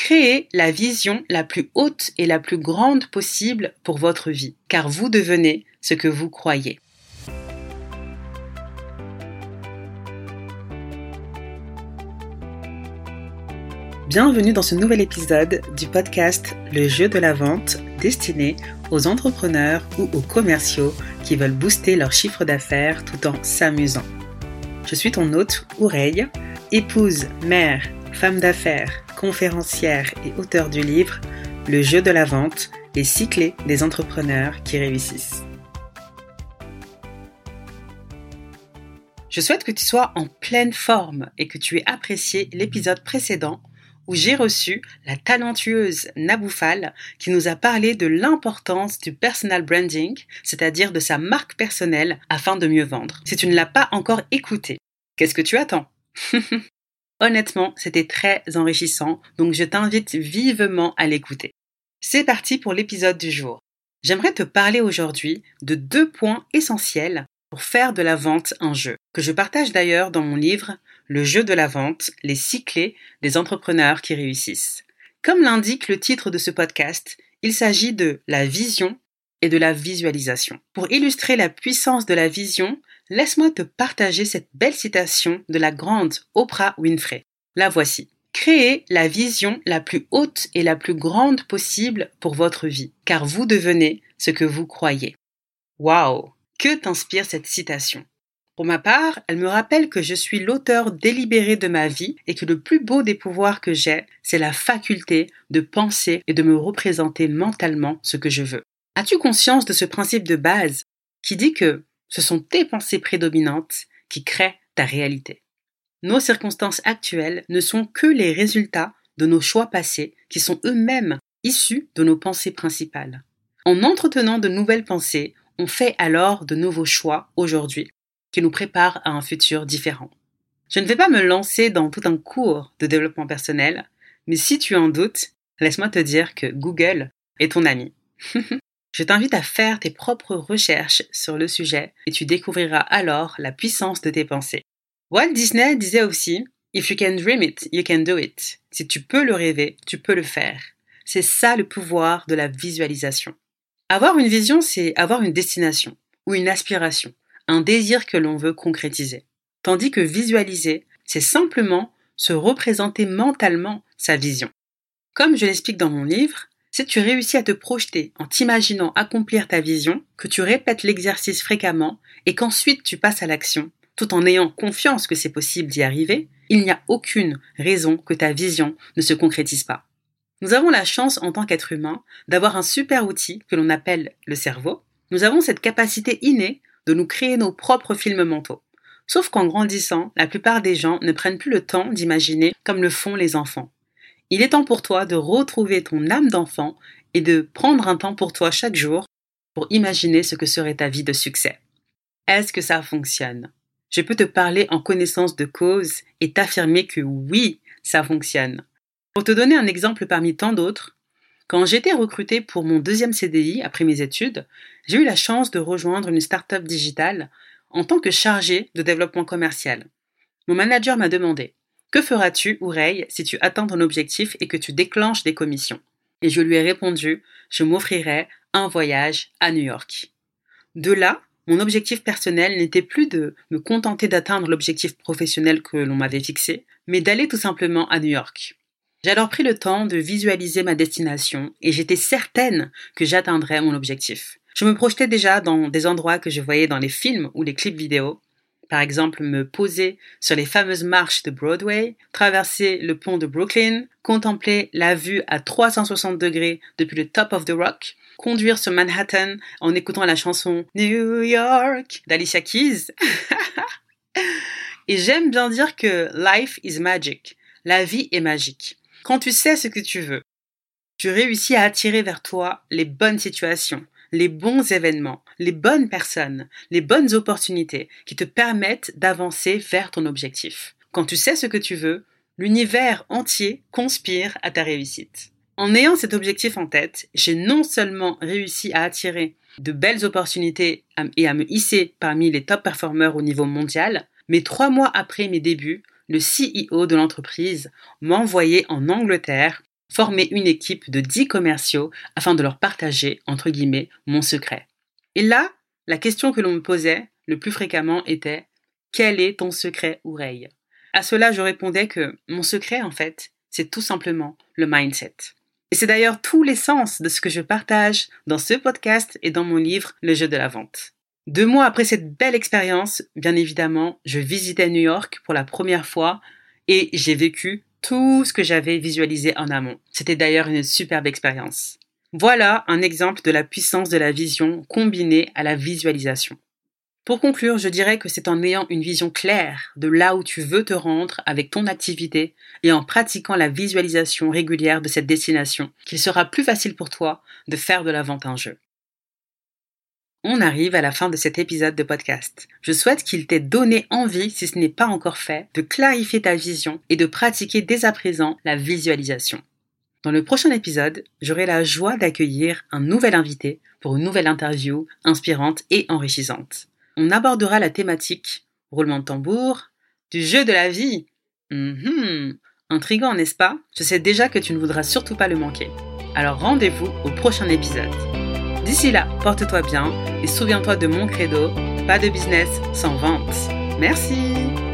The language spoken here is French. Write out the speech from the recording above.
Créez la vision la plus haute et la plus grande possible pour votre vie, car vous devenez ce que vous croyez. Bienvenue dans ce nouvel épisode du podcast Le jeu de la vente, destiné aux entrepreneurs ou aux commerciaux qui veulent booster leur chiffre d'affaires tout en s'amusant. Je suis ton hôte, Oureille, épouse, mère, femme d'affaires, conférencière et auteure du livre Le jeu de la vente, les 6 clés des entrepreneurs qui réussissent. Je souhaite que tu sois en pleine forme et que tu aies apprécié l'épisode précédent où j'ai reçu la talentueuse Naboufal qui nous a parlé de l'importance du personal branding, c'est-à-dire de sa marque personnelle afin de mieux vendre. Si tu ne l'as pas encore écouté, qu'est-ce que tu attends? Honnêtement, c'était très enrichissant, donc je t'invite vivement à l'écouter. C'est parti pour l'épisode du jour. J'aimerais te parler aujourd'hui de 2 points essentiels pour faire de la vente un jeu, que je partage d'ailleurs dans mon livre Le jeu de la vente, les 6 clés des entrepreneurs qui réussissent. Comme l'indique le titre de ce podcast, il s'agit de la vision et de la visualisation. Pour illustrer la puissance de la vision, laisse-moi te partager cette belle citation de la grande Oprah Winfrey. La voici. Créez la vision la plus haute et la plus grande possible pour votre vie, car vous devenez ce que vous croyez. Waouh! Que t'inspire cette citation? Pour ma part, elle me rappelle que je suis l'auteur délibéré de ma vie et que le plus beau des pouvoirs que j'ai, c'est la faculté de penser et de me représenter mentalement ce que je veux. As-tu conscience de ce principe de base qui dit que ce sont tes pensées prédominantes qui créent ta réalité? Nos circonstances actuelles ne sont que les résultats de nos choix passés qui sont eux-mêmes issus de nos pensées principales. En entretenant de nouvelles pensées, on fait alors de nouveaux choix aujourd'hui qui nous préparent à un futur différent. Je ne vais pas me lancer dans tout un cours de développement personnel, mais si tu en doutes, laisse-moi te dire que Google est ton ami. Je t'invite à faire tes propres recherches sur le sujet et tu découvriras alors la puissance de tes pensées. Walt Disney disait aussi « If you can dream it, you can do it ». Si tu peux le rêver, tu peux le faire. C'est ça le pouvoir de la visualisation. Avoir une vision, c'est avoir une destination ou une aspiration, un désir que l'on veut concrétiser. Tandis que visualiser, c'est simplement se représenter mentalement sa vision. Comme je l'explique dans mon livre, si tu réussis à te projeter en t'imaginant accomplir ta vision, que tu répètes l'exercice fréquemment et qu'ensuite tu passes à l'action, tout en ayant confiance que c'est possible d'y arriver, il n'y a aucune raison que ta vision ne se concrétise pas. Nous avons la chance en tant qu'être humain d'avoir un super outil que l'on appelle le cerveau. Nous avons cette capacité innée de nous créer nos propres films mentaux. Sauf qu'en grandissant, la plupart des gens ne prennent plus le temps d'imaginer comme le font les enfants. Il est temps pour toi de retrouver ton âme d'enfant et de prendre un temps pour toi chaque jour pour imaginer ce que serait ta vie de succès. Est-ce que ça fonctionne? Je peux te parler en connaissance de cause et t'affirmer que oui, ça fonctionne. Pour te donner un exemple parmi tant d'autres, quand j'étais recrutée pour mon 2e CDI après mes études, j'ai eu la chance de rejoindre une start-up digitale en tant que chargée de développement commercial. Mon manager m'a demandé « Que feras-tu, Oureille, si tu atteins ton objectif et que tu déclenches des commissions ?» Et je lui ai répondu « Je m'offrirai un voyage à New York. » De là, mon objectif personnel n'était plus de me contenter d'atteindre l'objectif professionnel que l'on m'avait fixé, mais d'aller tout simplement à New York. J'ai alors pris le temps de visualiser ma destination et j'étais certaine que j'atteindrais mon objectif. Je me projetais déjà dans des endroits que je voyais dans les films ou les clips vidéo. Par exemple, me poser sur les fameuses marches de Broadway, traverser le pont de Brooklyn, contempler la vue à 360 degrés depuis le Top of the Rock, conduire sur Manhattan en écoutant la chanson New York d'Alicia Keys. Et j'aime bien dire que life is magic. La vie est magique. Quand tu sais ce que tu veux, tu réussis à attirer vers toi les bonnes situations, les bons événements, les bonnes personnes, les bonnes opportunités qui te permettent d'avancer vers ton objectif. Quand tu sais ce que tu veux, l'univers entier conspire à ta réussite. En ayant cet objectif en tête, j'ai non seulement réussi à attirer de belles opportunités et à me hisser parmi les top performeurs au niveau mondial, mais 3 mois après mes débuts, le CEO de l'entreprise m'a envoyé en Angleterre former une équipe de 10 commerciaux afin de leur partager, entre guillemets, mon secret. Et là, la question que l'on me posait le plus fréquemment était « Quel est ton secret, Oureille ?» À cela, je répondais que mon secret, en fait, c'est tout simplement le mindset. Et c'est d'ailleurs tous les sens de ce que je partage dans ce podcast et dans mon livre « Le jeu de la vente ». 2 mois après cette belle expérience, bien évidemment, je visitais New York pour la première fois et j'ai vécu tout ce que j'avais visualisé en amont. C'était d'ailleurs une superbe expérience. Voilà un exemple de la puissance de la vision combinée à la visualisation. Pour conclure, je dirais que c'est en ayant une vision claire de là où tu veux te rendre avec ton activité et en pratiquant la visualisation régulière de cette destination qu'il sera plus facile pour toi de faire de la vente un jeu. On arrive à la fin de cet épisode de podcast. Je souhaite qu'il t'ait donné envie, si ce n'est pas encore fait, de clarifier ta vision et de pratiquer dès à présent la visualisation. Dans le prochain épisode, j'aurai la joie d'accueillir un nouvel invité pour une nouvelle interview inspirante et enrichissante. On abordera la thématique, roulement de tambour, du jeu de la vie. Intriguant, n'est-ce pas? Je sais déjà que tu ne voudras surtout pas le manquer. Alors rendez-vous au prochain épisode. D'ici là, porte-toi bien et souviens-toi de mon credo, pas de business sans vente. Merci!